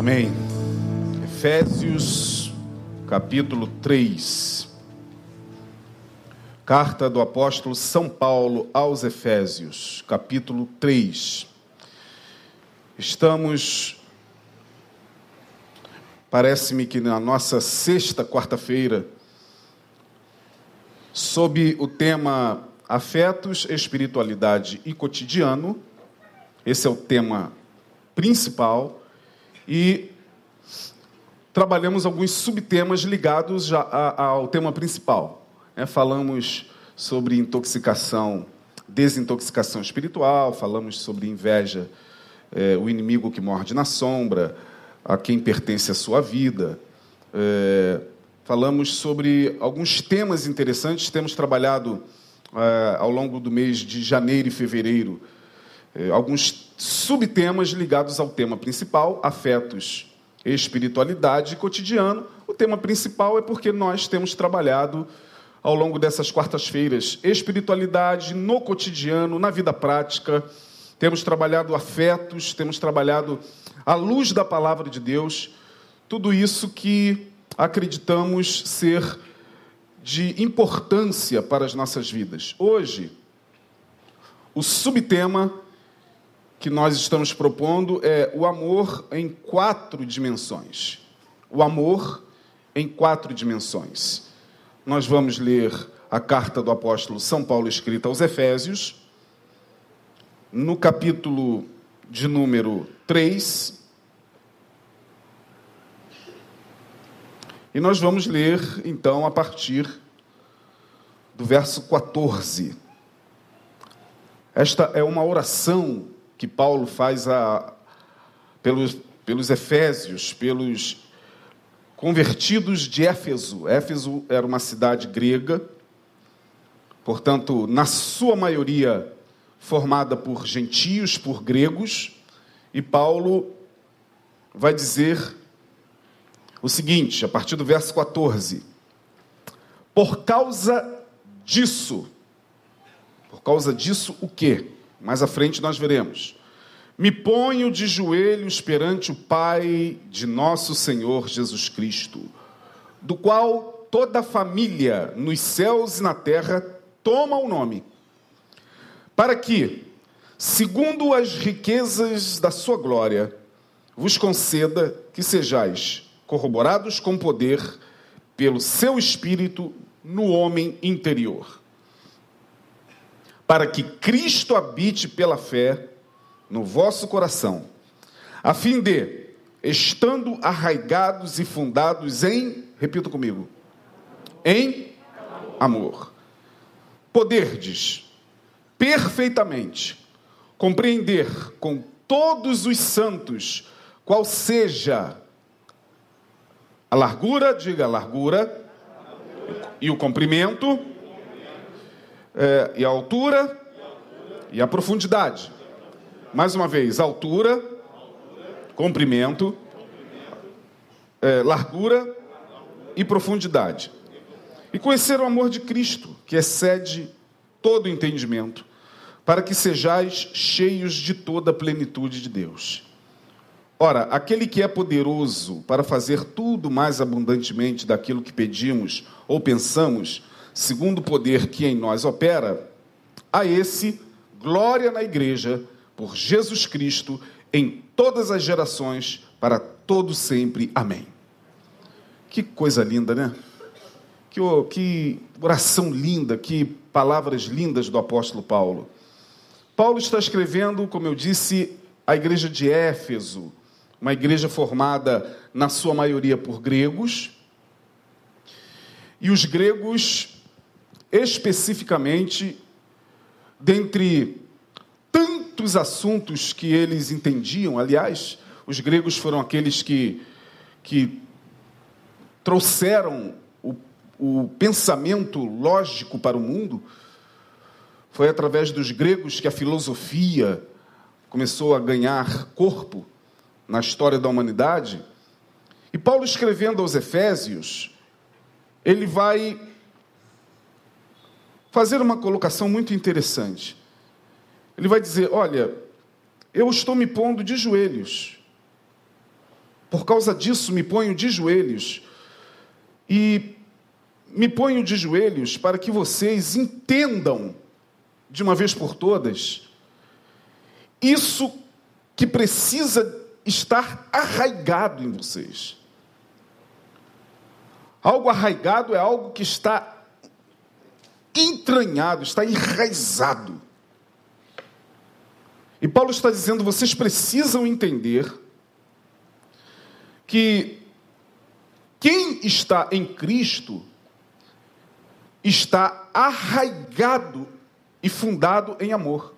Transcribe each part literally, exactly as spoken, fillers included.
Amém. Efésios, capítulo três. Carta do apóstolo São Paulo aos Efésios, capítulo três. Estamos, parece-me que na nossa sexta quarta-feira, sob o tema Afetos, Espiritualidade e Cotidiano. Esse é o tema principal. E trabalhamos alguns subtemas ligados já ao tema principal. É, falamos sobre intoxicação, desintoxicação espiritual, falamos sobre inveja, é, o inimigo que morde na sombra, a quem pertence a sua vida. É, falamos sobre alguns temas interessantes, temos trabalhado é, ao longo do mês de janeiro e fevereiro, é, alguns subtemas ligados ao tema principal, afetos, espiritualidade e cotidiano. O tema principal é porque nós temos trabalhado ao longo dessas quartas-feiras espiritualidade no cotidiano, na vida prática. Temos trabalhado afetos, temos trabalhado à luz da palavra de Deus, tudo isso que acreditamos ser de importância para as nossas vidas. Hoje, o subtema que nós estamos propondo é o amor em quatro dimensões. O amor em quatro dimensões. Nós vamos ler a carta do apóstolo São Paulo escrita aos Efésios, no capítulo de número três. E nós vamos ler, então, a partir do verso quatorze. Esta é uma oração que Paulo faz a, pelos, pelos Efésios, pelos convertidos de Éfeso. Éfeso era uma cidade grega, portanto, na sua maioria formada por gentios, por gregos, e Paulo vai dizer o seguinte, a partir do verso quatorze: por causa disso, por causa disso o quê? Mais à frente nós veremos. Me ponho de joelhos perante o Pai de nosso Senhor Jesus Cristo, do qual toda a família nos céus e na terra toma o nome, para que, segundo as riquezas da sua glória, vos conceda que sejais corroborados com poder pelo seu Espírito no homem interior, para que Cristo habite pela fé no vosso coração, a fim de, estando arraigados e fundados em, repita comigo, em amor, poderdes perfeitamente compreender com todos os santos qual seja a largura, diga a largura, e o comprimento, É, e a altura e a profundidade. Mais uma vez, altura, comprimento, é, largura e profundidade. E conhecer o amor de Cristo, que excede todo entendimento, para que sejais cheios de toda a plenitude de Deus. Ora, aquele que é poderoso para fazer tudo mais abundantemente daquilo que pedimos ou pensamos, segundo o poder que em nós opera, a esse, glória na igreja, por Jesus Cristo, em todas as gerações, para todo sempre. Amém. Que coisa linda, né? Que, oh, que oração linda, que palavras lindas do apóstolo Paulo. Paulo está escrevendo, como eu disse, a igreja de Éfeso, uma igreja formada, na sua maioria, por gregos, e os gregos, especificamente, dentre tantos assuntos que eles entendiam, aliás, os gregos foram aqueles que, que trouxeram o, o pensamento lógico para o mundo. Foi através dos gregos que a filosofia começou a ganhar corpo na história da humanidade. E Paulo, escrevendo aos Efésios, ele vai fazer uma colocação muito interessante. Ele vai dizer, olha, eu estou me pondo de joelhos Por causa disso, me ponho de joelhos e me ponho de joelhos para que vocês entendam, de uma vez por todas, isso que precisa estar arraigado em vocês. Algo arraigado é algo que está entranhado, está enraizado. E Paulo está dizendo, vocês precisam entender que quem está em Cristo está arraigado e fundado em amor.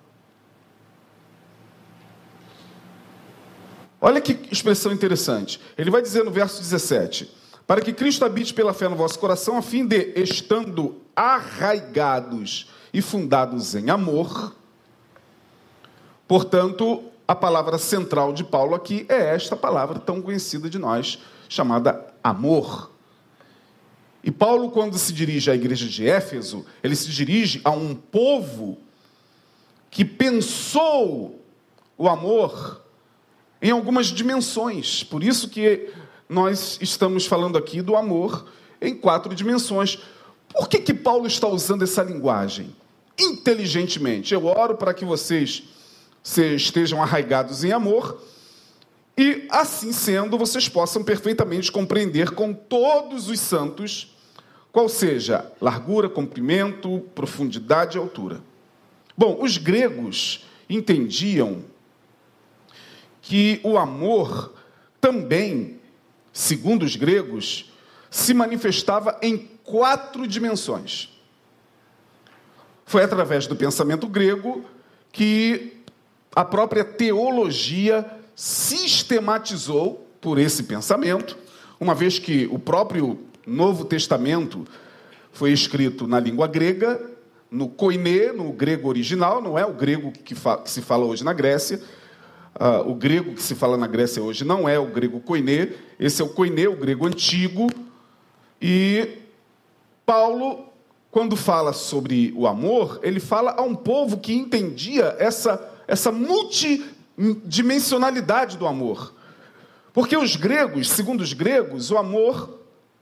Olha que expressão interessante. Ele vai dizer no verso dezessete, para que Cristo habite pela fé no vosso coração, a fim de, estando arraigados e fundados em amor. Portanto, a palavra central de Paulo aqui é esta palavra tão conhecida de nós, chamada amor. E Paulo, quando se dirige à igreja de Éfeso, ele se dirige a um povo que pensou o amor em algumas dimensões. Por isso que nós estamos falando aqui do amor em quatro dimensões. Por que que Paulo está usando essa linguagem? Inteligentemente. Eu oro para que vocês se estejam arraigados em amor e, assim sendo, vocês possam perfeitamente compreender com todos os santos qual seja largura, comprimento, profundidade e altura. Bom, os gregos entendiam que o amor também, segundo os gregos, se manifestava em quatro dimensões. Foi através do pensamento grego que a própria teologia sistematizou por esse pensamento, uma vez que o próprio Novo Testamento foi escrito na língua grega, no koiné, no grego original, não é o grego que, fa- que se fala hoje na Grécia. Uh, o grego que se fala na Grécia hoje não é o grego koiné, esse é o koiné, o grego antigo. E Paulo, quando fala sobre o amor, ele fala a um povo que entendia essa, essa multidimensionalidade do amor. Porque os gregos, segundo os gregos, o amor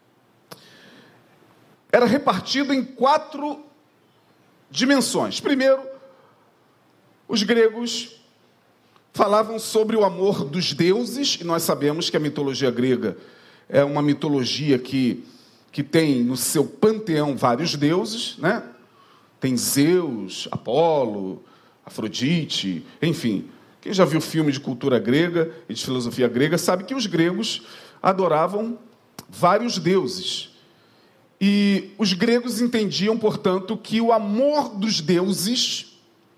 era repartido em quatro dimensões. Primeiro, os gregos falavam sobre o amor dos deuses, e nós sabemos que a mitologia grega é uma mitologia que, que tem no seu panteão vários deuses, né? Tem Zeus, Apolo, Afrodite, enfim. Quem já viu filme de cultura grega e de filosofia grega sabe que os gregos adoravam vários deuses. E os gregos entendiam, portanto, que o amor dos deuses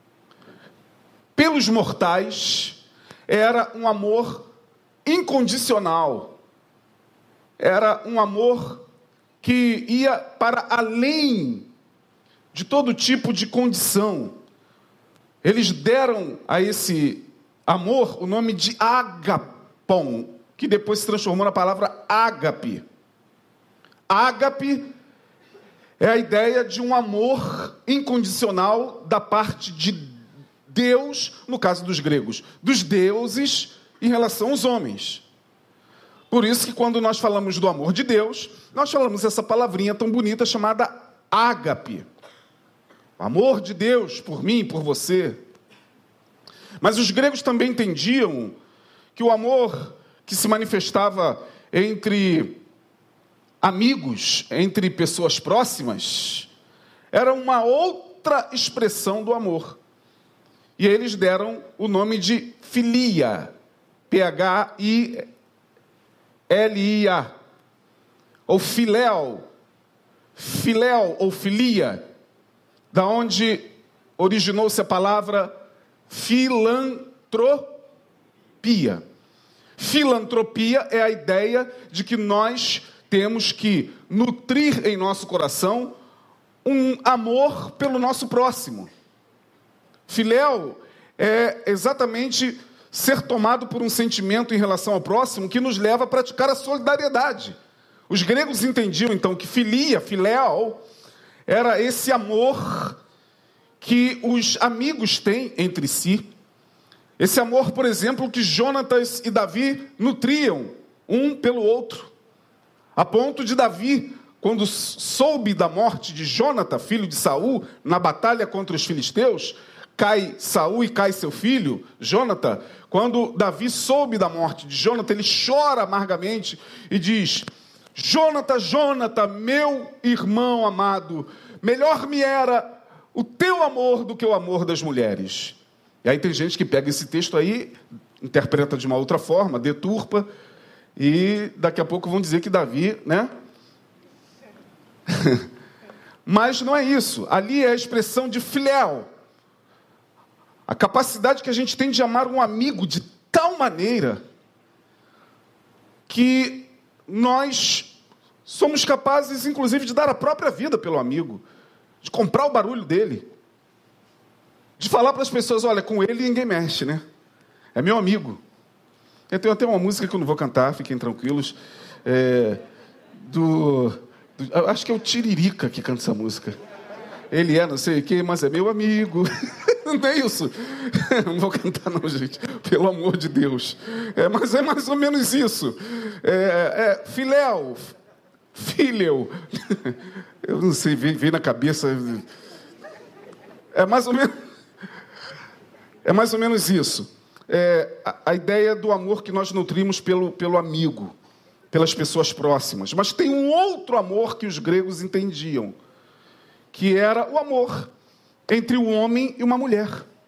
pelos mortais era um amor incondicional. Era um amor que ia para além de todo tipo de condição. Eles deram a esse amor o nome de ágapon, que depois se transformou na palavra ágape. Ágape é a ideia de um amor incondicional da parte de Deus, no caso dos gregos, dos deuses em relação aos homens. Por isso que quando nós falamos do amor de Deus, nós falamos essa palavrinha tão bonita chamada ágape. O amor de Deus por mim, por você. Mas os gregos também entendiam que o amor que se manifestava entre amigos, entre pessoas próximas, era uma outra expressão do amor. E eles deram o nome de filia, P H I L I A, ou filéu, filéu ou filia, da onde originou-se a palavra filantropia. Filantropia é a ideia de que nós temos que nutrir em nosso coração um amor pelo nosso próximo. Filéu é exatamente ser tomado por um sentimento em relação ao próximo que nos leva a praticar a solidariedade. Os gregos entendiam, então, que filia, filéu, era esse amor que os amigos têm entre si. Esse amor, por exemplo, que Jonatas e Davi nutriam um pelo outro, a ponto de Davi, quando soube da morte de Jônatan, filho de Saul, na batalha contra os filisteus, cai Saul e cai seu filho, Jônatan. Quando Davi soube da morte de Jônatan, ele chora amargamente e diz: Jônatan, Jônatan, meu irmão amado, melhor me era o teu amor do que o amor das mulheres. E aí tem gente que pega esse texto aí, interpreta de uma outra forma, deturpa, e daqui a pouco vão dizer que Davi, né? Mas não é isso. Ali é a expressão de filéu. A capacidade que a gente tem de amar um amigo de tal maneira que nós somos capazes, inclusive, de dar a própria vida pelo amigo, de comprar o barulho dele, de falar para as pessoas: olha, com ele ninguém mexe, né? É meu amigo. Eu tenho até uma música que eu não vou cantar, fiquem tranquilos, é, do, do... acho que é o Tiririca que canta essa música. Ele é não sei o quê, mas é meu amigo. Não é isso? Não vou cantar não, gente. Pelo amor de Deus. É, mas é mais ou menos isso. É, é, filéu. Fileu. Eu não sei, veio, veio na cabeça. É mais ou menos... É mais ou menos isso. É, a, a ideia do amor que nós nutrimos pelo, pelo amigo, pelas pessoas próximas. Mas tem um outro amor que os gregos entendiam, que era o amor entre um homem e uma mulher,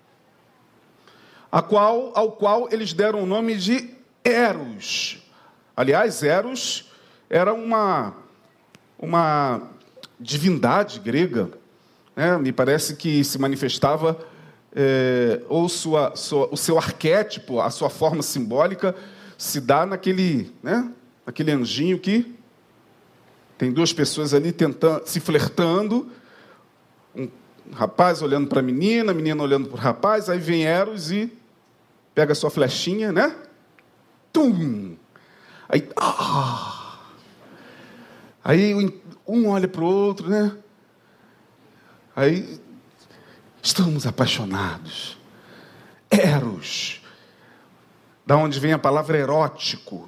a qual, ao qual eles deram o nome de Eros. Aliás, Eros era uma, uma divindade grega, né? Me parece que se manifestava, é, ou sua, sua, o seu arquétipo, a sua forma simbólica, se dá naquele, né? Naquele anjinho que tem duas pessoas ali tentando, se flertando, um rapaz olhando para a menina, a menina olhando para o rapaz, aí vem Eros e pega a sua flechinha, né? Tum! Aí, ah! Aí um olha para o outro, né? Aí, estamos apaixonados. Eros. Da onde vem a palavra erótico.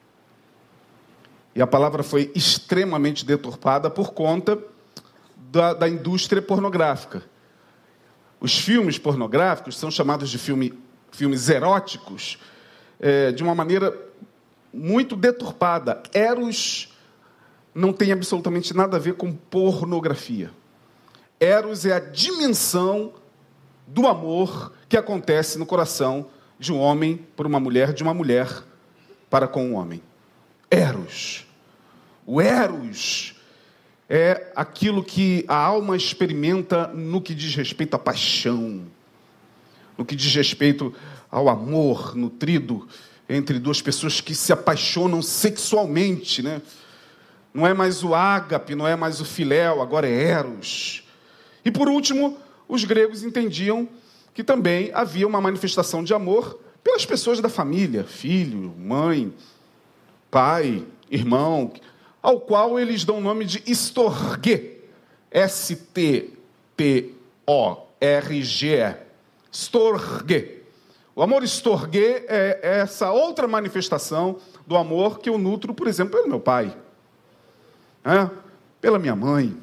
E a palavra foi extremamente deturpada por conta Da, da indústria pornográfica. Os filmes pornográficos são chamados de filme, filmes eróticos, é, de uma maneira muito deturpada. Eros não tem absolutamente nada a ver com pornografia. Eros é a dimensão do amor que acontece no coração de um homem por uma mulher, de uma mulher para com um homem. Eros. O Eros é aquilo que a alma experimenta no que diz respeito à paixão, no que diz respeito ao amor nutrido entre duas pessoas que se apaixonam sexualmente, né? Não é mais o ágape, não é mais o filéu, agora é Eros. E por último, os gregos entendiam que também havia uma manifestação de amor pelas pessoas da família, filho, mãe, pai, irmão, ao qual eles dão o nome de storge, S T T O R G E, storge. O amor storge é essa outra manifestação do amor que eu nutro, por exemplo, pelo meu pai, né? Pela minha mãe.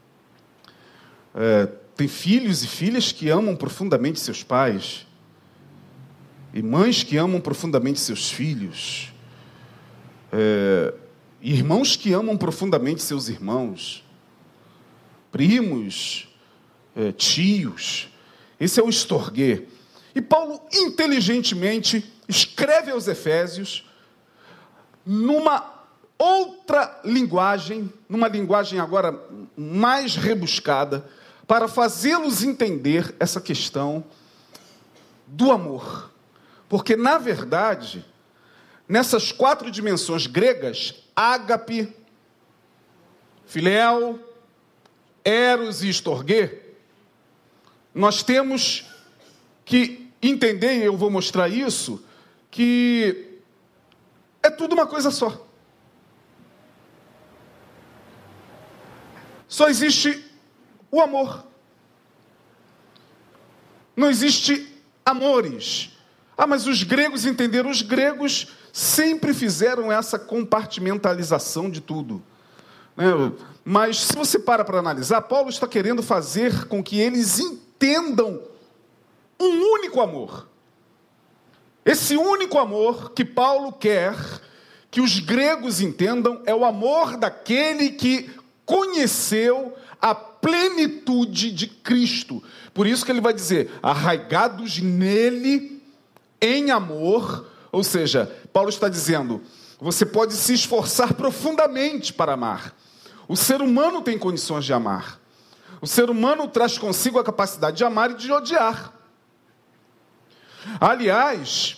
É, tem filhos e filhas que amam profundamente seus pais, e mães que amam profundamente seus filhos, é, irmãos que amam profundamente seus irmãos, primos, é, tios. Esse é o storge. E Paulo, inteligentemente, escreve aos Efésios numa outra linguagem, numa linguagem agora mais rebuscada, para fazê-los entender essa questão do amor. Porque, na verdade, nessas quatro dimensões gregas, ágape, filéu, eros e storge, nós temos que entender, e eu vou mostrar isso, que é tudo uma coisa só. Só existe o amor. Não existe amores. Ah, mas os gregos entenderam. Os gregos sempre fizeram essa compartimentalização de tudo. Né? Mas se você para para analisar, Paulo está querendo fazer com que eles entendam um único amor. Esse único amor que Paulo quer que os gregos entendam é o amor daquele que conheceu a plenitude de Cristo. Por isso que ele vai dizer, arraigados nele em amor. Ou seja, Paulo está dizendo, você pode se esforçar profundamente para amar. O ser humano tem condições de amar. O ser humano traz consigo a capacidade de amar e de odiar. Aliás,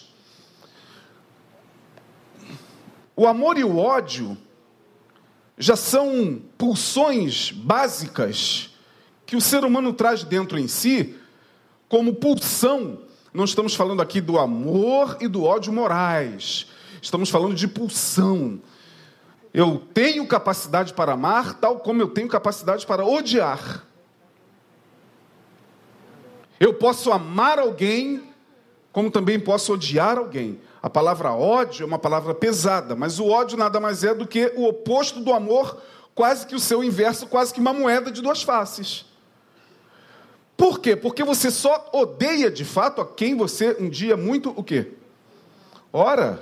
o amor e o ódio já são pulsões básicas que o ser humano traz dentro em si, como pulsão. Não estamos falando aqui do amor e do ódio morais. Estamos falando de pulsão. Eu tenho capacidade para amar, tal como eu tenho capacidade para odiar. Eu posso amar alguém, como também posso odiar alguém. A palavra ódio é uma palavra pesada, mas o ódio nada mais é do que o oposto do amor, quase que o seu inverso, quase que uma moeda de duas faces. Por quê? Porque você só odeia de fato a quem você um dia muito o quê? Ora,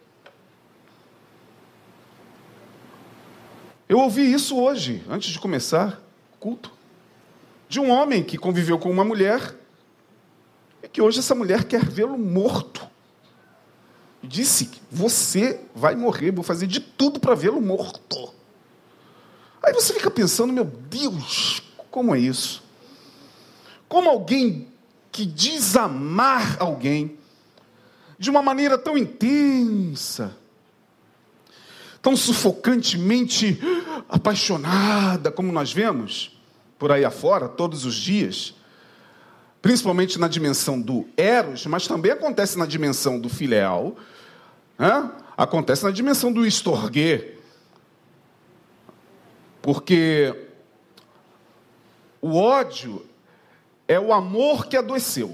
eu ouvi isso hoje, antes de começar o culto, de um homem que conviveu com uma mulher e que hoje essa mulher quer vê-lo morto. Disse, você vai morrer, vou fazer de tudo para vê-lo morto. Aí você fica pensando, meu Deus, como é isso? Como alguém que diz amar alguém de uma maneira tão intensa, tão sufocantemente apaixonada, como nós vemos por aí afora, todos os dias, principalmente na dimensão do eros, mas também acontece na dimensão do filial, né? Acontece na dimensão do estorguê, porque o ódio é o amor que adoeceu.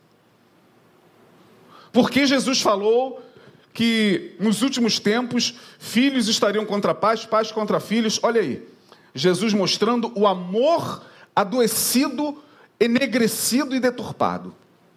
Porque Jesus falou que nos últimos tempos filhos estariam contra pais, pais contra filhos. Olha aí, Jesus mostrando o amor adoecido, enegrecido e deturpado.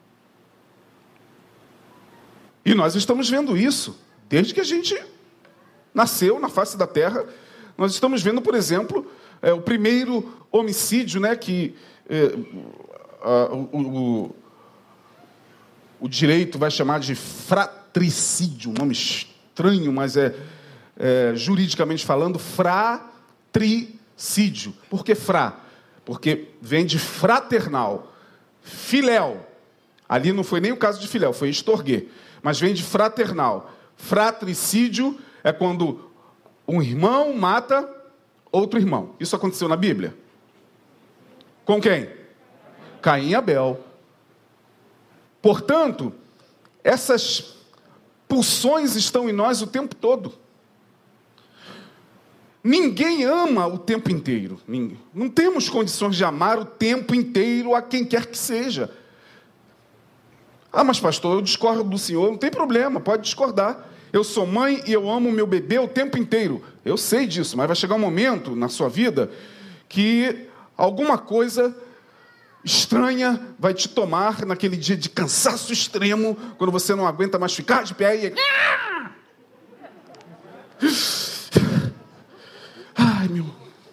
E nós estamos vendo isso desde que a gente nasceu na face da terra. Nós estamos vendo, por exemplo, é, o primeiro homicídio, né, que é, a, o, o, o direito vai chamar de fratricídio, um nome estranho, mas é, é juridicamente falando, fratricídio. Por que fra? Porque vem de fraternal, filéu. Ali não foi nem o caso de filéu, foi estorguê. Mas vem de fraternal. Fratricídio é quando um irmão mata outro irmão. Isso aconteceu na Bíblia? Com quem? Caim e Abel. Portanto, essas pulsões estão em nós o tempo todo. Ninguém ama o tempo inteiro. Não temos condições de amar o tempo inteiro a quem quer que seja. Ah, mas pastor, eu discordo do senhor. Não tem problema, pode discordar. Eu sou mãe e eu amo o meu bebê o tempo inteiro. Eu sei disso, mas vai chegar um momento na sua vida que alguma coisa estranha vai te tomar naquele dia de cansaço extremo, quando você não aguenta mais ficar de pé e... Ai, meu...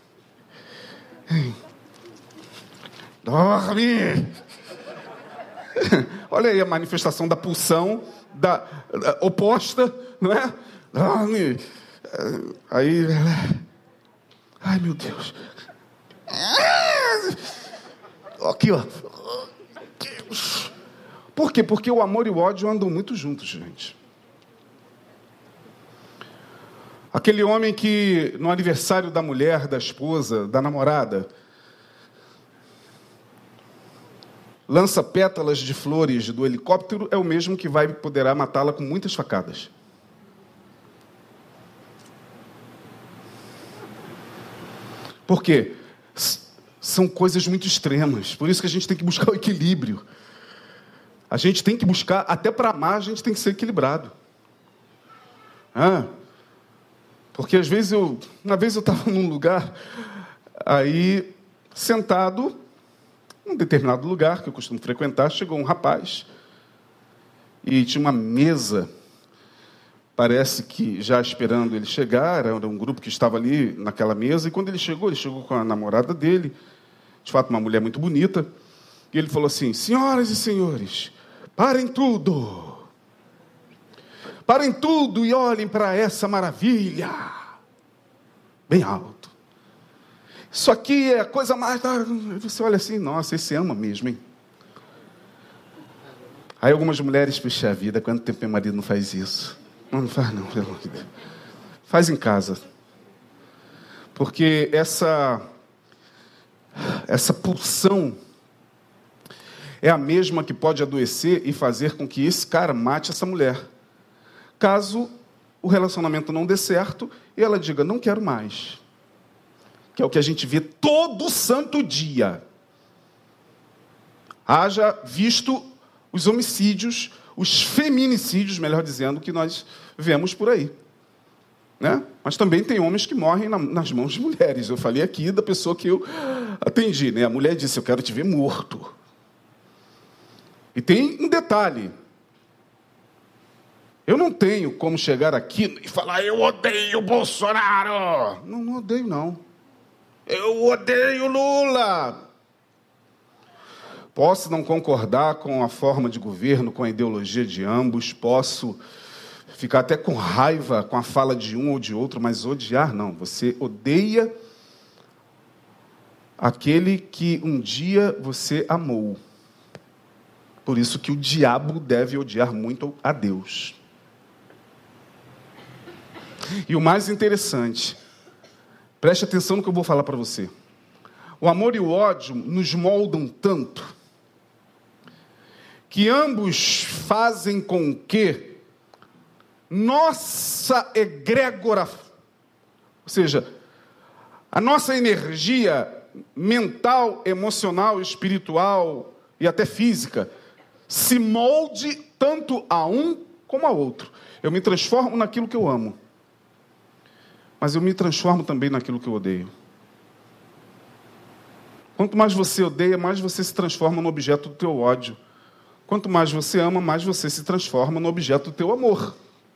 Dorme! Olha aí a manifestação da pulsão da, da oposta, não é? Dorme! Aí... Ai, meu Deus! Aqui, ó. Por quê? Porque o amor e o ódio andam muito juntos, gente. Aquele homem que, no aniversário da mulher, da esposa, da namorada, lança pétalas de flores do helicóptero, é o mesmo que vai poderá matá-la com muitas facadas. Por quê? São coisas muito extremas. Por isso que a gente tem que buscar o equilíbrio. A gente tem que buscar, até para amar, a gente tem que ser equilibrado. Ah, porque às vezes eu, uma vez eu estava num lugar, aí, sentado, num determinado lugar que eu costumo frequentar, chegou um rapaz, e tinha uma mesa, parece que já esperando ele chegar, era um grupo que estava ali naquela mesa, e quando ele chegou, ele chegou com a namorada dele, de fato uma mulher muito bonita, e ele falou assim: senhoras e senhores, parem tudo! Parem tudo e olhem para essa maravilha. Bem alto. Isso aqui é a coisa mais... Você olha assim, nossa, esse ama mesmo, hein? Aí algumas mulheres, puxa vida, quanto tempo meu marido não faz isso? Não, não faz não, pelo amor de Deus. Faz em casa. Porque essa, essa pulsão é a mesma que pode adoecer e fazer com que esse cara mate essa mulher. Caso o relacionamento não dê certo e ela diga, não quero mais. Que é o que a gente vê todo santo dia. Haja visto os homicídios, os feminicídios, melhor dizendo, que nós vemos por aí. Né? Mas também tem homens que morrem na, nas mãos de mulheres. Eu falei aqui da pessoa que eu atendi. Né? A mulher disse, eu quero te ver morto. E tem um detalhe. Eu não tenho como chegar aqui e falar, eu odeio o Bolsonaro. Não, não odeio, não. Eu odeio Lula. Posso não concordar com a forma de governo, com a ideologia de ambos, posso ficar até com raiva com a fala de um ou de outro, mas odiar não. Você odeia aquele que um dia você amou. Por isso que o diabo deve odiar muito a Deus. E o mais interessante, preste atenção no que eu vou falar para você. O amor e o ódio nos moldam tanto que ambos fazem com que nossa egrégora, ou seja, a nossa energia mental, emocional, espiritual e até física, se molde tanto a um como a outro. Eu me transformo naquilo que eu amo, mas eu me transformo também naquilo que eu odeio. Quanto mais você odeia, mais você se transforma no objeto do teu ódio. Quanto mais você ama, mais você se transforma no objeto do teu amor.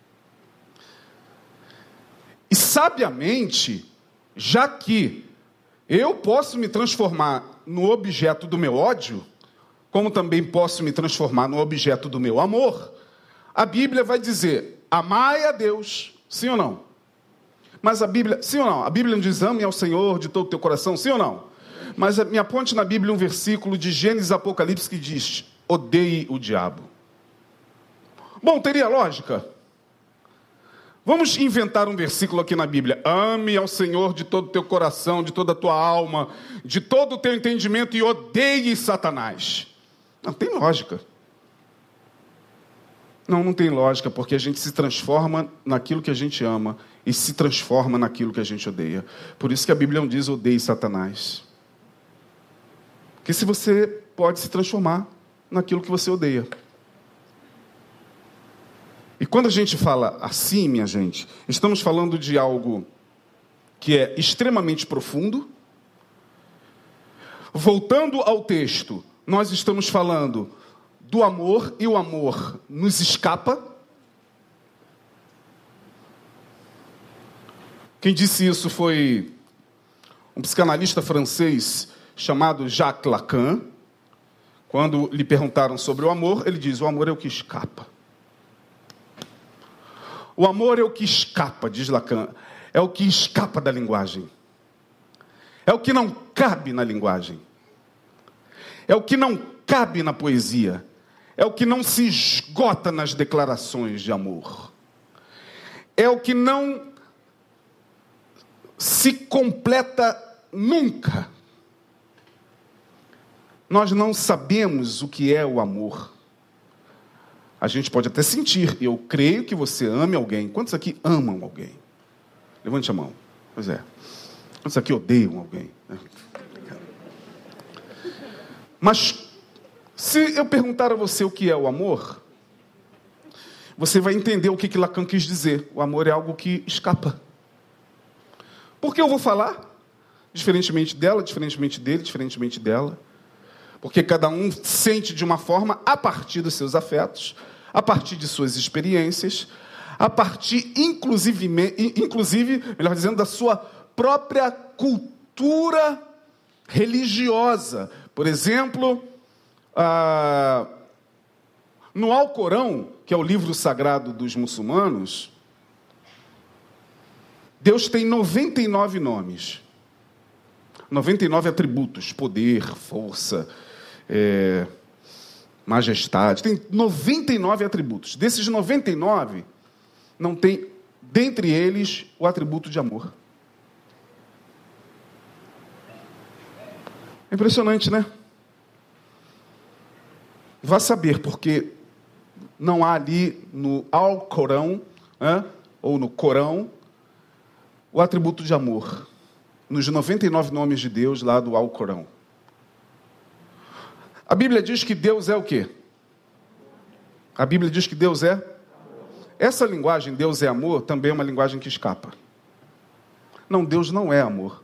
E sabiamente, já que eu posso me transformar no objeto do meu ódio, como também posso me transformar no objeto do meu amor, a Bíblia vai dizer, amai a Deus, sim ou não? Mas a Bíblia, sim ou não? A Bíblia não diz, ame ao Senhor de todo o teu coração, sim ou não? Mas me aponte na Bíblia um versículo de Gênesis e Apocalipse que diz, odeie o diabo. Bom, teria lógica? Vamos inventar um versículo aqui na Bíblia. Ame ao Senhor de todo o teu coração, de toda a tua alma, de todo o teu entendimento e odeie Satanás. Não tem lógica. Não, não tem lógica, porque a gente se transforma naquilo que a gente ama e se transforma naquilo que a gente odeia. Por isso que a Bíblia não diz odeie Satanás. Porque se você pode se transformar naquilo que você odeia. E quando a gente fala assim, minha gente, estamos falando de algo que é extremamente profundo. Voltando ao texto, nós estamos falando do amor, e o amor nos escapa. Quem disse isso foi um psicanalista francês chamado Jacques Lacan. Quando lhe perguntaram sobre o amor, ele diz, o amor é o que escapa. O amor é o que escapa, diz Lacan, é o que escapa da linguagem. É o que não cabe na linguagem. É o que não cabe na poesia. É o que não se esgota nas declarações de amor. É o que não se completa nunca. Nós não sabemos o que é o amor. A gente pode até sentir. Eu creio que você ame alguém. Quantos aqui amam alguém? Levante a mão. Pois é. Quantos aqui odeiam alguém? Mas Se eu perguntar a você o que é o amor, você vai entender o que, que Lacan quis dizer. O amor é algo que escapa. Por que eu vou falar? Diferentemente dela, diferentemente dele, diferentemente dela. Porque cada um sente de uma forma a partir dos seus afetos, a partir de suas experiências, a partir, inclusive, inclusive, melhor dizendo, da sua própria cultura religiosa. Por exemplo, ah, no Alcorão, que é o livro sagrado dos muçulmanos, Deus tem noventa e nove nomes. noventa e nove atributos, poder, força, é, majestade. Tem noventa e nove atributos. Desses noventa e nove, não tem, dentre eles, o atributo de amor. É impressionante, né? Vá saber, porque não há ali no Alcorão, né, ou no Corão, o atributo de amor. Nos noventa e nove nomes de Deus lá do Alcorão. A Bíblia diz que Deus é o quê? A Bíblia diz que Deus é? Essa linguagem, Deus é amor, também é uma linguagem que escapa. Não, Deus não é amor.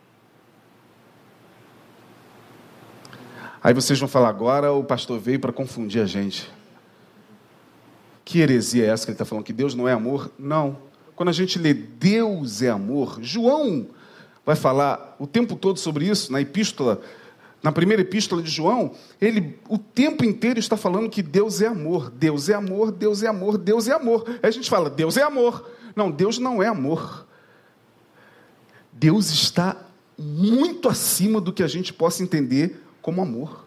Aí vocês vão falar, agora o pastor veio para confundir a gente. Que heresia é essa que ele está falando? Que Deus não é amor? Não. Quando a gente lê Deus é amor, João vai falar o tempo todo sobre isso, na epístola, na primeira epístola de João, ele o tempo inteiro está falando que Deus é amor, Deus é amor, Deus é amor, Deus é amor. Aí a gente fala, Deus é amor. Não, Deus não é amor. Deus está muito acima do que a gente possa entender como amor.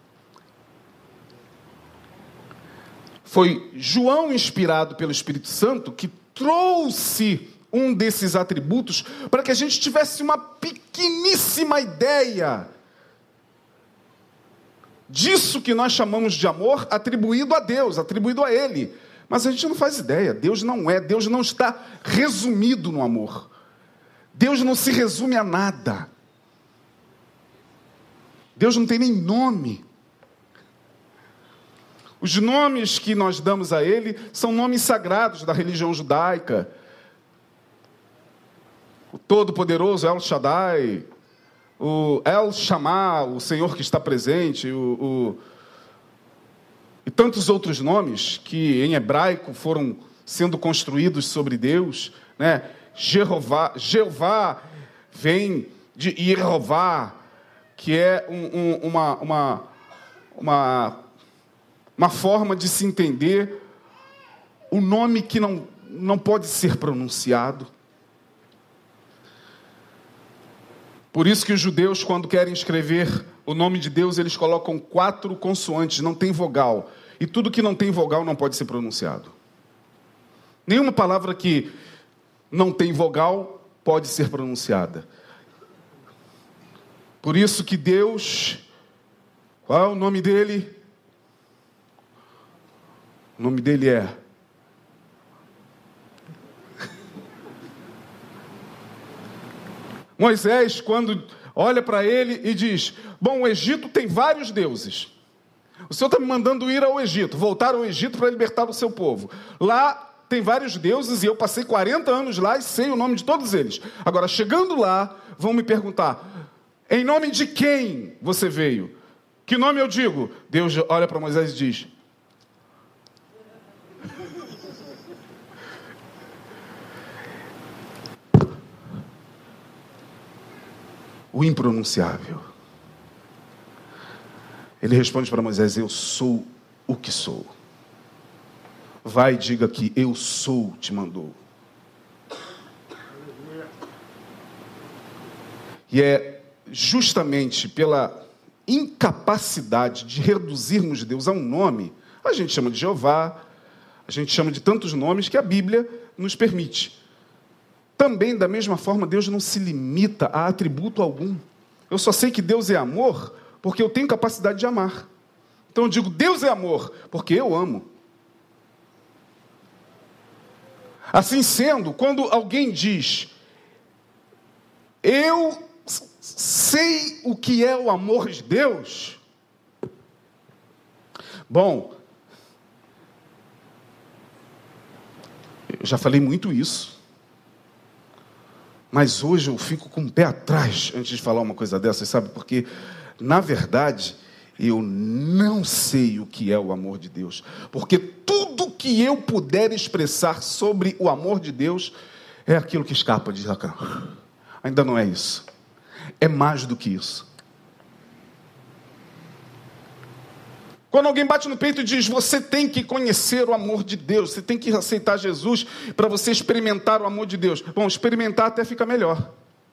Foi João, inspirado pelo Espírito Santo, que trouxe um desses atributos para que a gente tivesse uma pequeníssima ideia disso que nós chamamos de amor atribuído a Deus, atribuído a Ele. Mas a gente não faz ideia. Deus não é, Deus não está resumido no amor. Deus não se resume a nada. Deus não tem nem nome. Os nomes que nós damos a Ele são nomes sagrados da religião judaica. O Todo-Poderoso El Shaddai, o El Shammah, o Senhor que está presente, o, o... e tantos outros nomes que em hebraico foram sendo construídos sobre Deus, né? Jeová, Jeová vem de Yehová, que é um, um, uma, uma, uma, uma forma de se entender o nome que não, não pode ser pronunciado. Por isso que os judeus, quando querem escrever o nome de Deus, eles colocam quatro consoantes, não tem vogal. E tudo que não tem vogal não pode ser pronunciado. Nenhuma palavra que não tem vogal pode ser pronunciada. Por isso que Deus, qual é o nome dele? O nome dele é... Moisés, quando olha para ele e diz, bom, o Egito tem vários deuses. O Senhor está me mandando ir ao Egito, voltar ao Egito para libertar o seu povo. Lá tem vários deuses e eu passei quarenta anos lá e sei o nome de todos eles. Agora, chegando lá, vão me perguntar, em nome de quem você veio? Que nome eu digo? Deus olha para Moisés e diz, o impronunciável. Ele responde para Moisés, eu sou o que sou. Vai e diga que eu sou te mandou. E é justamente pela incapacidade de reduzirmos Deus a um nome, a gente chama de Jeová, a gente chama de tantos nomes que a Bíblia nos permite. Também, da mesma forma, Deus não se limita a atributo algum. Eu só sei que Deus é amor porque eu tenho capacidade de amar. Então eu digo, Deus é amor porque eu amo. Assim sendo, quando alguém diz, eu sei o que é o amor de Deus, Bom, eu já falei muito isso, mas hoje eu fico com o pé atrás antes de falar uma coisa dessas, sabe? Porque, na verdade, eu não sei o que é o amor de Deus. Porque tudo que eu puder expressar sobre o amor de Deus é aquilo que escapa de Jacan. Ainda não é isso. É mais do que isso. Quando alguém bate no peito e diz, você tem que conhecer o amor de Deus, você tem que aceitar Jesus para você experimentar o amor de Deus. Bom, experimentar até fica melhor.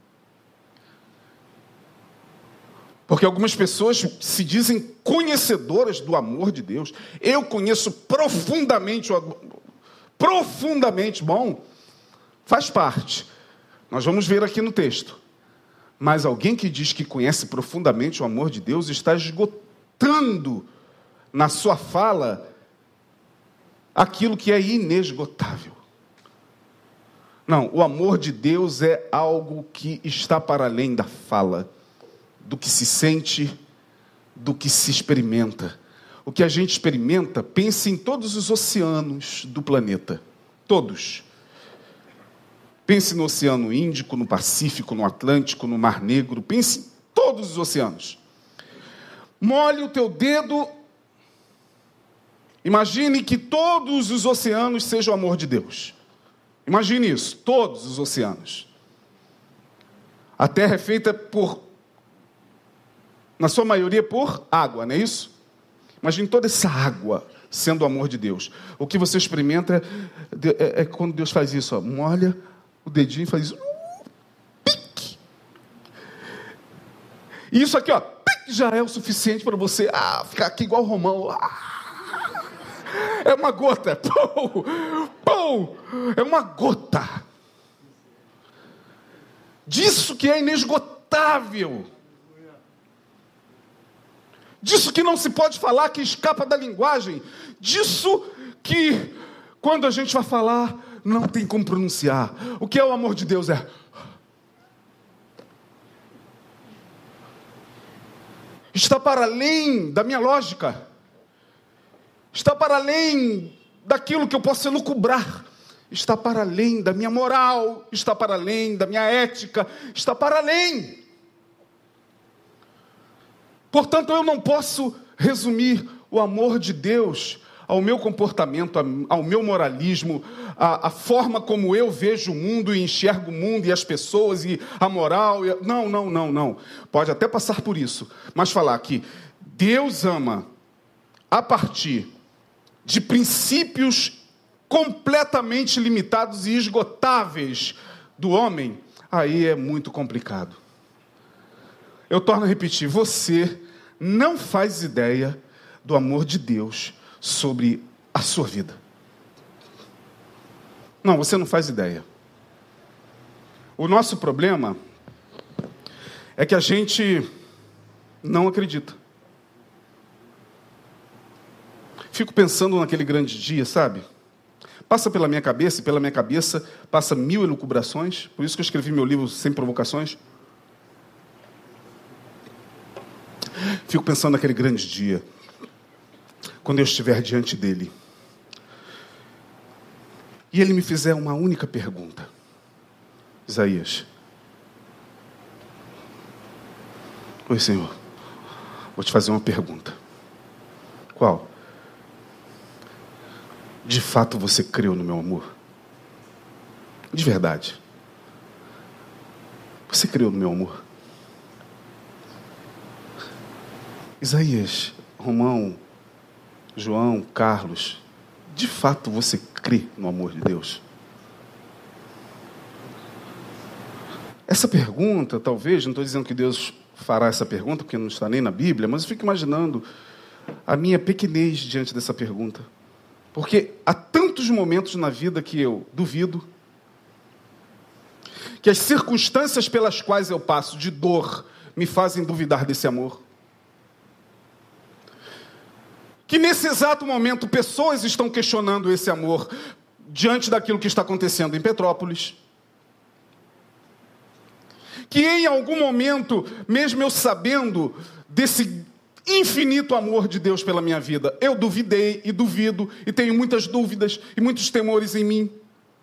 Porque algumas pessoas se dizem conhecedoras do amor de Deus. Eu conheço profundamente o amor. Profundamente, bom, faz parte. Nós vamos ver aqui no texto. Mas alguém que diz que conhece profundamente o amor de Deus está esgotando na sua fala aquilo que é inesgotável. Não, o amor de Deus é algo que está para além da fala, do que se sente, do que se experimenta. O que a gente experimenta, pense em todos os oceanos do planeta. Todos. Pense no Oceano Índico, no Pacífico, no Atlântico, no Mar Negro. Pense em todos os oceanos. Molhe o teu dedo. Imagine que todos os oceanos sejam o amor de Deus. Imagine isso, todos os oceanos. A Terra é feita por, na sua maioria, por água, não é isso? Imagine toda essa água sendo o amor de Deus. O que você experimenta é, é, é quando Deus faz isso, ó, molha o dedinho e faz isso. Uh, pique. E isso aqui, ó, pique, já é o suficiente para você ah, ficar aqui igual o Romão. Ah. É uma gota. Pum, pum, é uma gota. Disso que é inesgotável. Disso que não se pode falar, que escapa da linguagem. Disso que, quando a gente vai falar, não tem como pronunciar. O que é o amor de Deus? É... está para além da minha lógica. Está para além daquilo que eu posso elucubrar. Está para além da minha moral. Está para além da minha ética. Está para além. Portanto, eu não posso resumir o amor de Deus ao meu comportamento, ao meu moralismo, à, à forma como eu vejo o mundo e enxergo o mundo e as pessoas e a moral. E... Não, não, não, não. Pode até passar por isso. Mas falar que Deus ama a partir de princípios completamente limitados e esgotáveis do homem, aí é muito complicado. Eu torno a repetir, você não faz ideia do amor de Deus sobre a sua vida. Não, você não faz ideia. O nosso problema é que a gente não acredita. Fico pensando naquele grande dia, sabe? Passa pela minha cabeça, e pela minha cabeça passa mil elucubrações. Por isso que eu escrevi meu livro Sem Provocações. Fico pensando naquele grande dia, quando eu estiver diante dele, e ele me fizer uma única pergunta. Isaías. Oi, Senhor. Vou te fazer uma pergunta. Qual? De fato você creu no meu amor? De verdade. Você creu no meu amor? Isaías, Romão, João, Carlos, de fato você crê no amor de Deus? Essa pergunta, talvez, não estou dizendo que Deus fará essa pergunta, porque não está nem na Bíblia, mas eu fico imaginando a minha pequenez diante dessa pergunta. Porque há tantos momentos na vida que eu duvido, que as circunstâncias pelas quais eu passo de dor me fazem duvidar desse amor. Que nesse exato momento pessoas estão questionando esse amor diante daquilo que está acontecendo em Petrópolis. Que em algum momento, mesmo eu sabendo desse infinito amor de Deus pela minha vida. Eu duvidei e duvido e tenho muitas dúvidas e muitos temores em mim.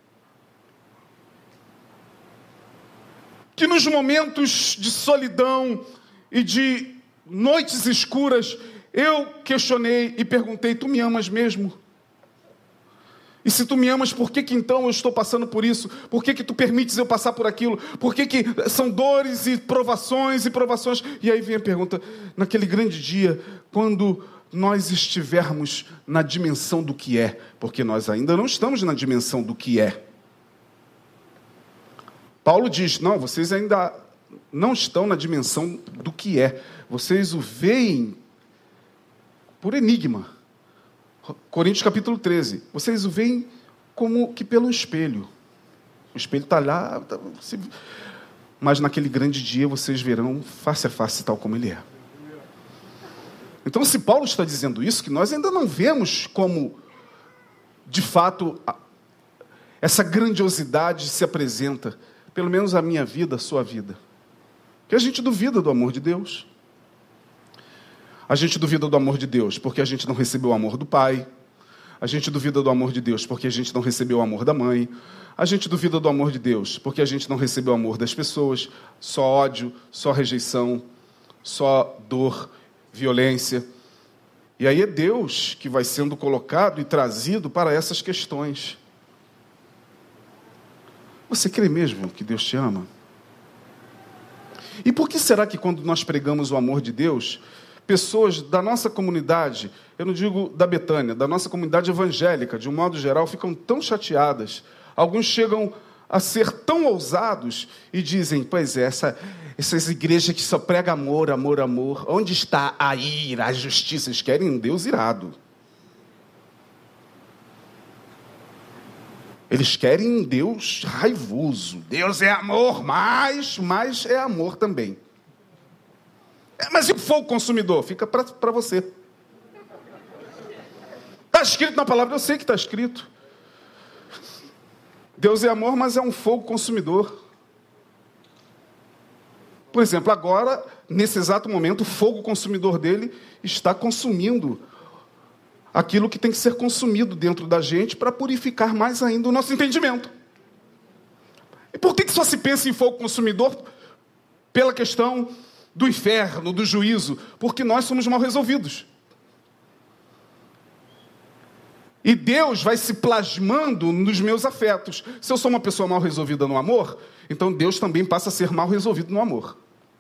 Que nos momentos de solidão e de noites escuras, eu questionei e perguntei: tu me amas mesmo? E se tu me amas, por que que então eu estou passando por isso? Por que que tu permites eu passar por aquilo? Por que que são dores e provações e provações? E aí vem a pergunta: naquele grande dia, quando nós estivermos na dimensão do que é, porque nós ainda não estamos na dimensão do que é. Paulo diz: não, vocês ainda não estão na dimensão do que é. Vocês o veem por enigma. Coríntios capítulo treze. Vocês o veem como que pelo espelho. O espelho está lá, tá, se... mas naquele grande dia vocês verão face a face tal como ele é. Então, se Paulo está dizendo isso, que nós ainda não vemos como, de fato, essa grandiosidade se apresenta, pelo menos a minha vida, a sua vida. Porque a gente duvida do amor de Deus. A gente duvida do amor de Deus porque a gente não recebeu o amor do pai. A gente duvida do amor de Deus porque a gente não recebeu o amor da mãe. A gente duvida do amor de Deus porque a gente não recebeu o amor das pessoas. Só ódio, só rejeição, só dor, violência. E aí é Deus que vai sendo colocado e trazido para essas questões. Você crê mesmo que Deus te ama? E por que será que quando nós pregamos o amor de Deus, pessoas da nossa comunidade, eu não digo da Betânia, da nossa comunidade evangélica, de um modo geral, ficam tão chateadas? Alguns chegam a ser tão ousados e dizem: pois é, essa, essas igrejas que só pregam amor, amor, amor, onde está a ira, a justiça? Eles querem um Deus irado. Eles querem um Deus raivoso. Deus é amor, mas, mas é amor também. É, mas e o fogo consumidor? Fica para você. Está escrito na palavra, eu sei que está escrito. Deus é amor, mas é um fogo consumidor. Por exemplo, agora, nesse exato momento, o fogo consumidor dele está consumindo aquilo que tem que ser consumido dentro da gente para purificar mais ainda o nosso entendimento. E por que que só se pensa em fogo consumidor? Pela questão do inferno, do juízo, porque nós somos mal resolvidos. E Deus vai se plasmando nos meus afetos. Se eu sou uma pessoa mal resolvida no amor, então Deus também passa a ser mal resolvido no amor.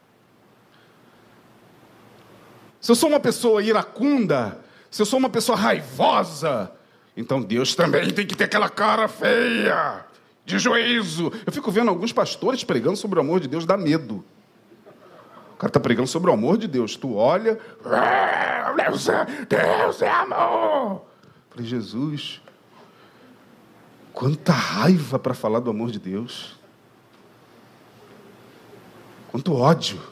Se eu sou uma pessoa iracunda, se eu sou uma pessoa raivosa, então Deus também tem que ter aquela cara feia, de juízo. Eu fico vendo alguns pastores pregando sobre o amor de Deus, dá medo. O cara está pregando sobre o amor de Deus. Tu olha, Deus é, Deus é amor. Eu falei: Jesus, quanta raiva para falar do amor de Deus. Quanto ódio.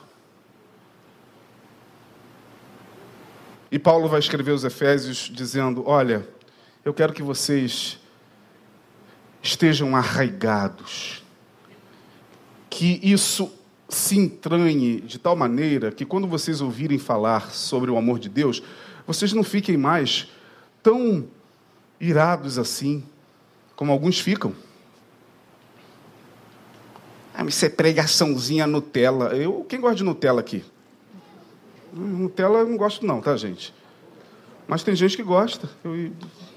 E Paulo vai escrever aos Efésios dizendo: olha, eu quero que vocês estejam arraigados, que isso se entranhe de tal maneira que quando vocês ouvirem falar sobre o amor de Deus, vocês não fiquem mais tão irados assim, como alguns ficam. Ah, isso é pregaçãozinha Nutella. Eu, quem gosta de Nutella aqui? Nutella eu não gosto não, tá, gente? Mas tem gente que gosta. Eu...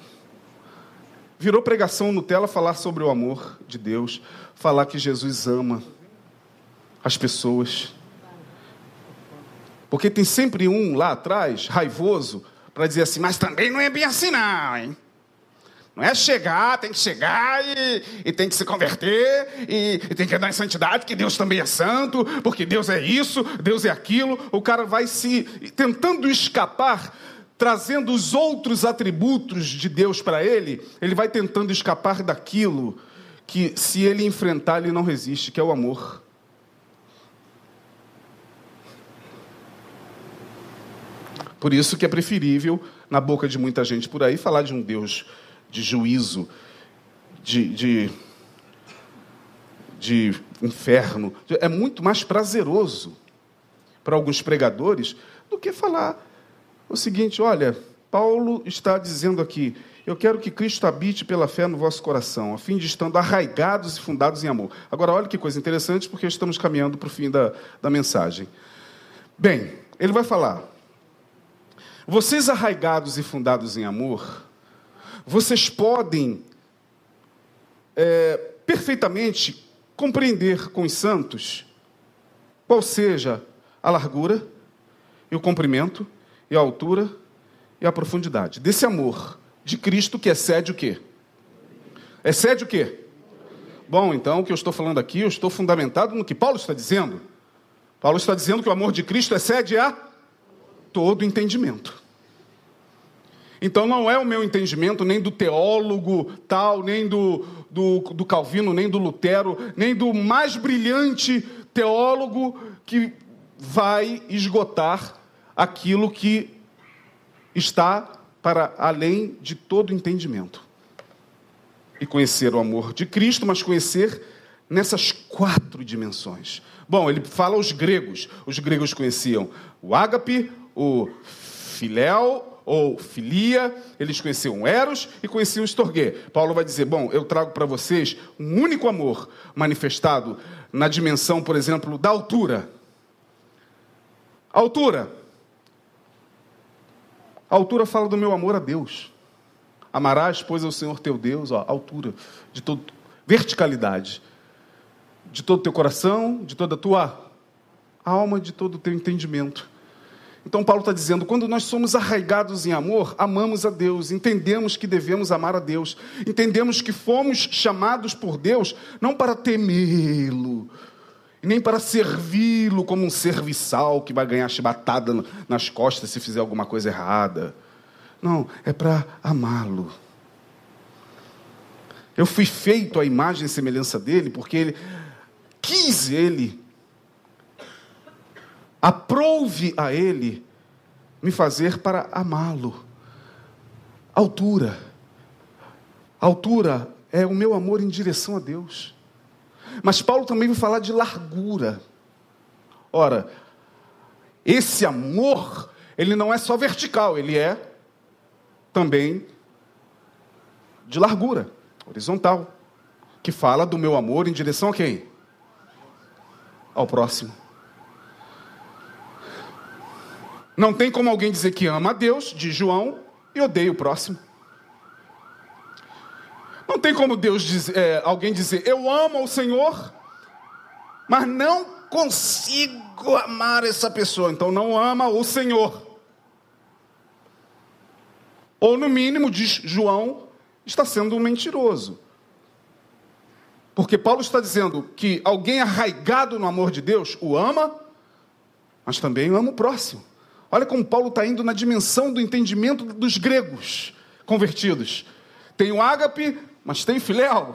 Virou pregação Nutella falar sobre o amor de Deus, falar que Jesus ama as pessoas. Porque tem sempre um lá atrás, raivoso, para dizer assim: mas também não é bem assim não, hein? Não é chegar, tem que chegar e, e tem que se converter e, e tem que andar em santidade, que Deus também é santo, porque Deus é isso, Deus é aquilo. O cara vai se tentando escapar, trazendo os outros atributos de Deus para ele, ele vai tentando escapar daquilo que, se ele enfrentar, ele não resiste, que é o amor. Por isso que é preferível, na boca de muita gente por aí, falar de um Deus de juízo, de, de, de inferno. É muito mais prazeroso para alguns pregadores do que falar o seguinte, olha, Paulo está dizendo aqui, eu quero que Cristo habite pela fé no vosso coração, a fim de estando arraigados e fundados em amor. Agora, olha que coisa interessante, porque estamos caminhando para o fim da, da mensagem. Bem, ele vai falar, vocês arraigados e fundados em amor, vocês podem é, perfeitamente compreender com os santos qual seja a largura e o comprimento e a altura e a profundidade desse amor de Cristo que excede o quê? Excede o quê? Bom, então, o que eu estou falando aqui, eu estou fundamentado no que Paulo está dizendo. Paulo está dizendo que o amor de Cristo excede a todo entendimento. Então, não é o meu entendimento, nem do teólogo tal, nem do, do, do Calvino, nem do Lutero, nem do mais brilhante teólogo que vai esgotar aquilo que está para além de todo entendimento. E conhecer o amor de Cristo, mas conhecer nessas quatro dimensões. Bom, ele fala aos gregos. Os gregos conheciam o ágape, o filéu, ou filia, eles conheciam o eros e conheciam o storgê. Paulo vai dizer, bom, eu trago para vocês um único amor manifestado na dimensão, por exemplo, da altura. Altura. A altura fala do meu amor a Deus. Amarás, pois, ao Senhor teu Deus, ó, altura, de todo, verticalidade, de todo o teu coração, de toda a tua alma, de todo o teu entendimento. Então Paulo está dizendo, quando nós somos arraigados em amor, amamos a Deus, entendemos que devemos amar a Deus, entendemos que fomos chamados por Deus, não para temê-lo, nem para servi-lo como um serviçal que vai ganhar chibatada nas costas se fizer alguma coisa errada. Não, é para amá-lo. Eu fui feito à imagem e semelhança dele, porque ele quis ele, aprouve a ele me fazer para amá-lo. Altura. Altura é o meu amor em direção a Deus. Mas Paulo também vai falar de largura. Ora, esse amor, ele não é só vertical, ele é também de largura, horizontal, que fala do meu amor em direção a quem? Ao próximo. Não tem como alguém dizer que ama a Deus, diz João, e odeia o próximo. Não tem como Deus dizer, é, alguém dizer, eu amo o Senhor, mas não consigo amar essa pessoa, então não ama o Senhor. Ou no mínimo, diz João, está sendo um mentiroso. Porque Paulo está dizendo que alguém arraigado no amor de Deus o ama, mas também ama o próximo. Olha como Paulo está indo na dimensão do entendimento dos gregos convertidos. Tem o ágape, mas tem filéu.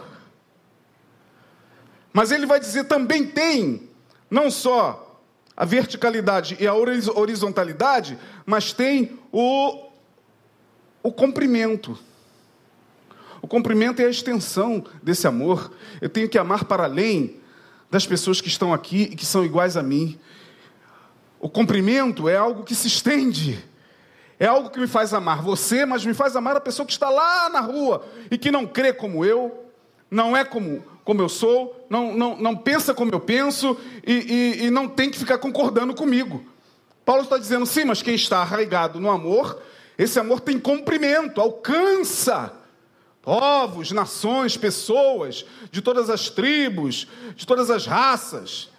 Mas ele vai dizer, também tem, não só a verticalidade e a horizontalidade, mas tem o, o comprimento. O comprimento é a extensão desse amor. Eu tenho que amar para além das pessoas que estão aqui e que são iguais a mim. O comprimento é algo que se estende. É algo que me faz amar você, mas me faz amar a pessoa que está lá na rua e que não crê como eu, não é como, como eu sou, não, não, não pensa como eu penso e, e, e não tem que ficar concordando comigo. Paulo está dizendo, sim, mas quem está arraigado no amor, esse amor tem comprimento, alcança povos, nações, pessoas, de todas as tribos, de todas as raças.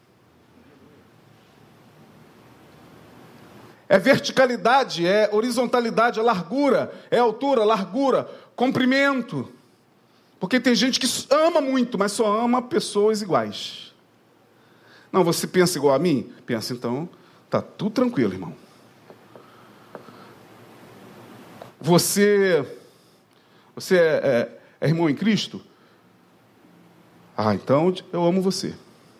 É verticalidade, é horizontalidade, é largura, é altura, largura, comprimento. Porque tem gente que ama muito, mas só ama pessoas iguais. Não, você pensa igual a mim? Pensa, então, tá tudo tranquilo, irmão. Você, você é, é, é irmão em Cristo? Ah, então eu amo você.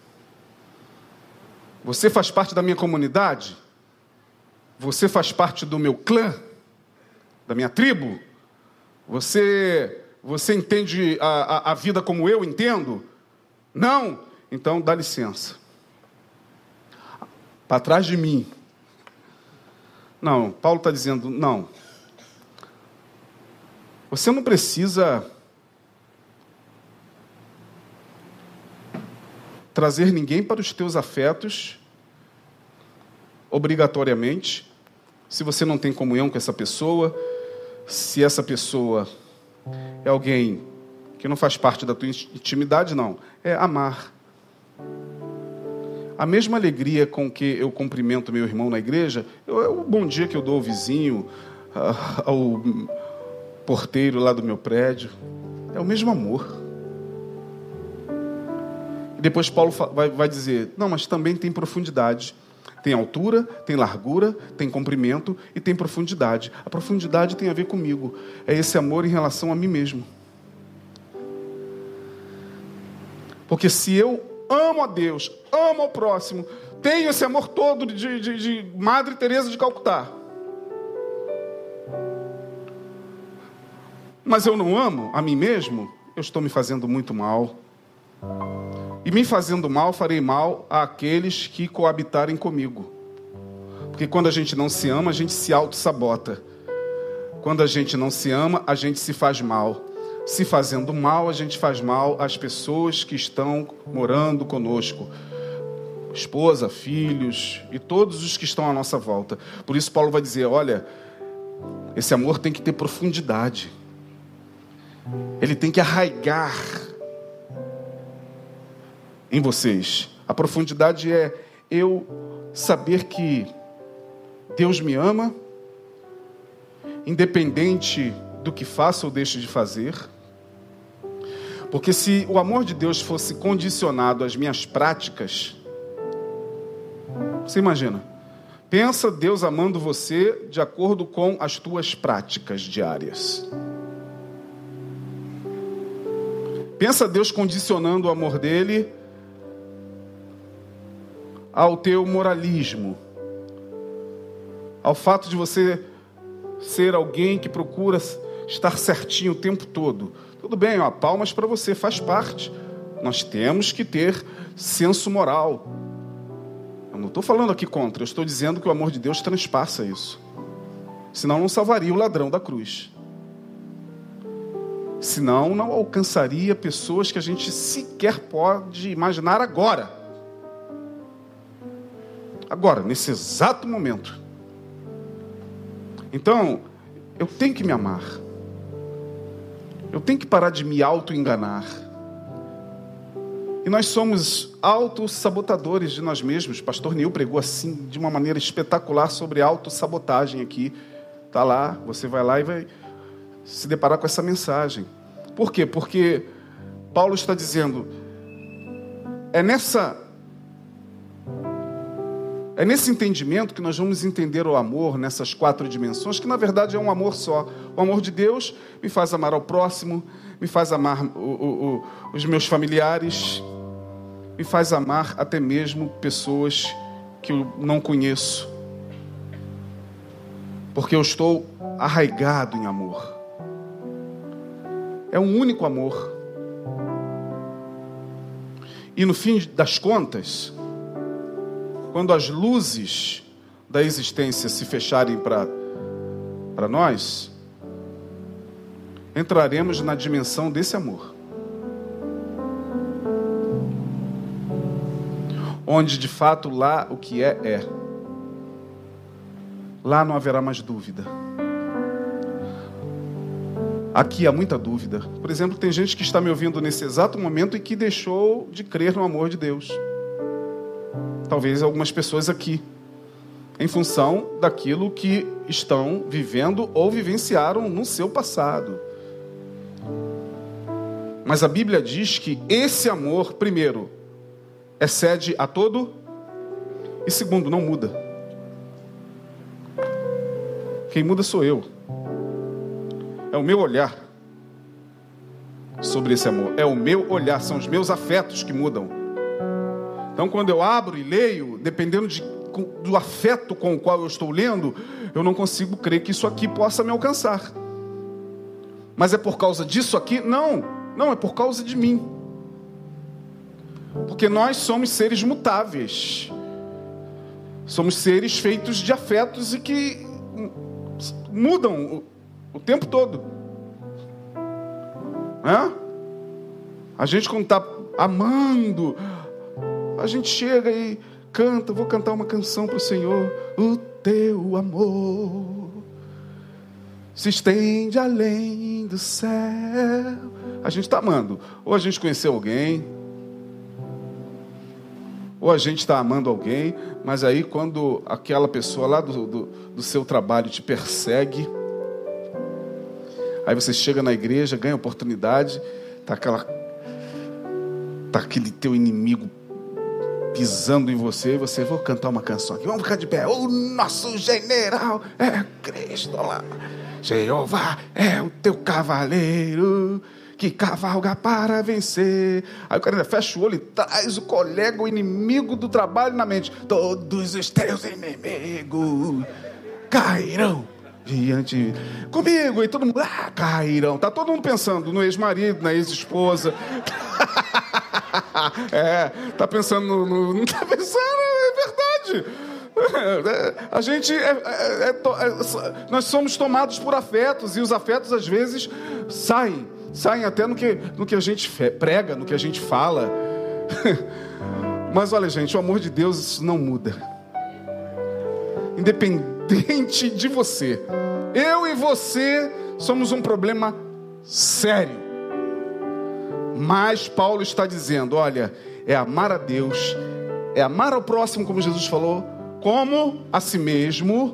Você faz parte da minha comunidade? Você faz parte do meu clã? Da minha tribo? Você, você entende a, a, a vida como eu entendo? Não? Então dá licença. Para trás de mim. Não, Paulo está dizendo, não. Você não precisa trazer ninguém para os teus afetos, obrigatoriamente, se você não tem comunhão com essa pessoa, se essa pessoa é alguém que não faz parte da tua intimidade, não. É amar. A mesma alegria com que eu cumprimento meu irmão na igreja, eu, é o bom dia que eu dou ao vizinho, ao porteiro lá do meu prédio. É o mesmo amor. E depois Paulo vai, vai dizer, não, mas também tem profundidade. Tem altura, tem largura, tem comprimento e tem profundidade. A profundidade tem a ver comigo. É esse amor em relação a mim mesmo. Porque se eu amo a Deus, amo ao próximo, tenho esse amor todo de, de, de Madre Teresa de Calcutá, mas eu não amo a mim mesmo, eu estou me fazendo muito mal. E me fazendo mal, farei mal àqueles que coabitarem comigo. Porque quando a gente não se ama, a gente se auto-sabota. Quando a gente não se ama, a gente se faz mal. Se fazendo mal, a gente faz mal às pessoas que estão morando conosco. Esposa, filhos e todos os que estão à nossa volta. Por isso Paulo vai dizer, olha, esse amor tem que ter profundidade. Ele tem que arraigar em vocês. A profundidade é eu saber que Deus me ama, independente do que faça ou deixe de fazer. Porque se o amor de Deus fosse condicionado às minhas práticas, você imagina, pensa Deus amando você de acordo com as tuas práticas diárias. Pensa Deus condicionando o amor dele ao teu moralismo, ao fato de você ser alguém que procura estar certinho o tempo todo. Tudo bem, ó, palmas para você, faz parte. Nós temos que ter senso moral. Eu não estou falando aqui contra, eu estou dizendo que o amor de Deus transpassa isso. Senão não salvaria o ladrão da cruz. Senão não alcançaria pessoas que a gente sequer pode imaginar agora. Agora, nesse exato momento. Então, eu tenho que me amar. Eu tenho que parar de me auto-enganar. E nós somos autossabotadores de nós mesmos. Pastor Neil pregou assim, de uma maneira espetacular, sobre autossabotagem aqui. Está lá, você vai lá e vai se deparar com essa mensagem. Por quê? Porque Paulo está dizendo, é nessa... É nesse entendimento que nós vamos entender o amor nessas quatro dimensões, que na verdade é um amor só. O amor de Deus me faz amar ao próximo, me faz amar o, o, o, os meus familiares, me faz amar até mesmo pessoas que eu não conheço. Porque eu estou arraigado em amor. É um único amor. E no fim das contas, quando as luzes da existência se fecharem para para nós, entraremos na dimensão desse amor. Onde de fato lá o que é, é. Lá não haverá mais dúvida. Aqui há muita dúvida. Por exemplo, tem gente que está me ouvindo nesse exato momento e que deixou de crer no amor de Deus. Talvez algumas pessoas aqui, em função daquilo que estão vivendo ou vivenciaram no seu passado. Mas a Bíblia diz que esse amor, primeiro, excede a todo, e segundo, não muda. Quem muda sou eu. É o meu olhar sobre esse amor. É o meu olhar, são os meus afetos que mudam. Então, quando eu abro e leio, dependendo de, do afeto com o qual eu estou lendo, eu não consigo crer que isso aqui possa me alcançar. Mas é por causa disso aqui? Não, não, é por causa de mim. Porque nós somos seres mutáveis. Somos seres feitos de afetos e que mudam o, o tempo todo. É? A gente, quando está amando, a gente chega e canta, vou cantar uma canção para o Senhor. O teu amor se estende além do céu. A gente está amando. Ou a gente conheceu alguém, ou a gente está amando alguém, mas aí quando aquela pessoa lá do, do, do seu trabalho te persegue, aí você chega na igreja, ganha oportunidade, tá aquela, tá aquele teu inimigo pisando em você, e você, vou cantar uma canção aqui, vamos ficar de pé. O nosso general é Cristo lá, Jeová é o teu cavaleiro, que cavalga para vencer. Aí o cara ainda fecha o olho e traz o colega, o inimigo do trabalho na mente. Todos os teus inimigos cairão diante comigo. E todo mundo, ah, cairão. Tá todo mundo pensando no ex-marido, na ex-esposa. É, tá pensando no, no... Não tá pensando, é verdade. A gente é, é, é, é, nós somos tomados por afetos, e os afetos às vezes saem saem até no que, no que a gente prega, no que a gente fala. Mas olha, gente, o amor de Deus, isso não muda. Independente de você, eu e você somos um problema sério. Mas Paulo está dizendo, olha, é amar a Deus, é amar ao próximo, como Jesus falou, como a si mesmo,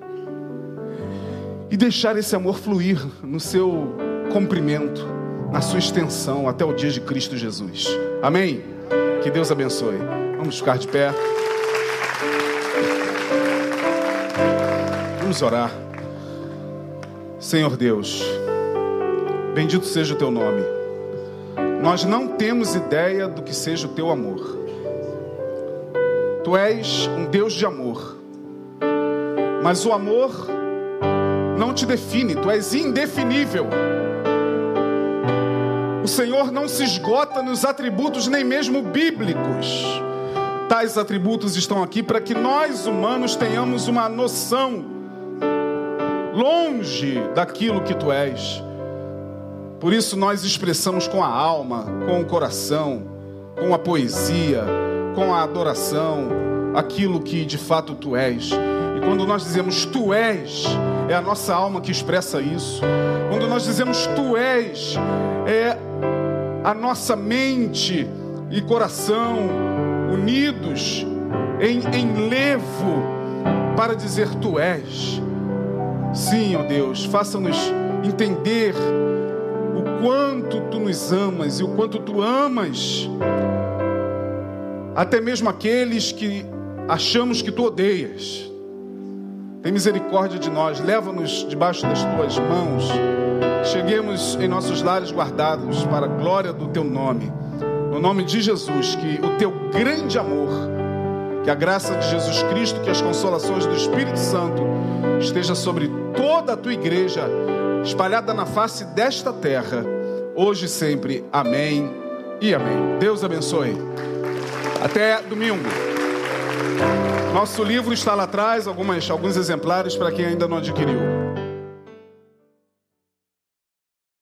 e deixar esse amor fluir no seu comprimento, na sua extensão, até o dia de Cristo Jesus. Amém? Que Deus abençoe. Vamos ficar de pé. Vamos orar. Senhor Deus, bendito seja o teu nome. Nós não temos ideia do que seja o teu amor. Tu és um Deus de amor, mas o amor não te define, tu és indefinível. O Senhor não se esgota nos atributos nem mesmo bíblicos. Tais atributos estão aqui para que nós humanos tenhamos uma noção longe daquilo que tu és. Por isso nós expressamos com a alma, com o coração, com a poesia, com a adoração, aquilo que de fato tu és. E quando nós dizemos tu és, é a nossa alma que expressa isso. Quando nós dizemos tu és, é a nossa mente e coração unidos em, em levo para dizer tu és. Sim, ó Deus, faça-nos entender o quanto tu nos amas e o quanto tu amas até mesmo aqueles que achamos que tu odeias. Tem misericórdia de nós, leva-nos debaixo das tuas mãos, cheguemos em nossos lares guardados para a glória do teu nome. No nome de Jesus, que o teu grande amor, que a graça de Jesus Cristo, que as consolações do Espírito Santo esteja sobre toda a tua igreja, espalhada na face desta terra, hoje e sempre. Amém e amém. Deus abençoe. Até domingo. Nosso livro está lá atrás, algumas, alguns exemplares para quem ainda não adquiriu.